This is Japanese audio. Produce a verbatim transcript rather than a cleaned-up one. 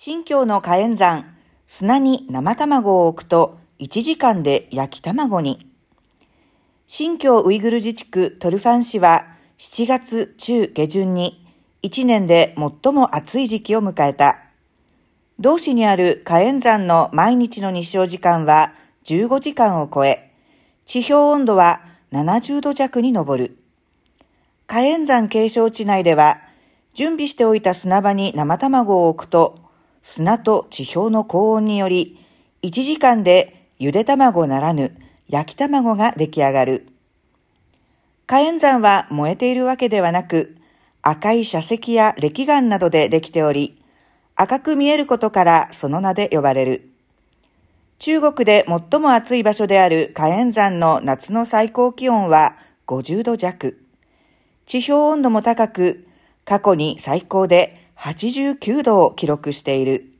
新疆の火焔山、砂に生卵を置くといちじかんで焼き卵に。新疆ウイグル自治区トルファン市はしちがつ中下旬にいちねんで最も暑い時期を迎えた。同市にある火焔山の毎日の日照時間はじゅうごじかんを超え、地表温度はななじゅうど弱に上る。火焔山景勝地内では、準備しておいた砂場に生卵を置くと、砂と地表の高温により、いちじかんでゆで卵ならぬ焼き卵が出来上がる。火焔山は燃えているわけではなく、赤い砂石や礫岩などでできており、赤く見えることからその名で呼ばれる。中国で最も暑い場所である火焔山の夏の最高気温はごじゅうど弱。地表温度も高く、過去に最高ではちじゅうきゅうどを記録している。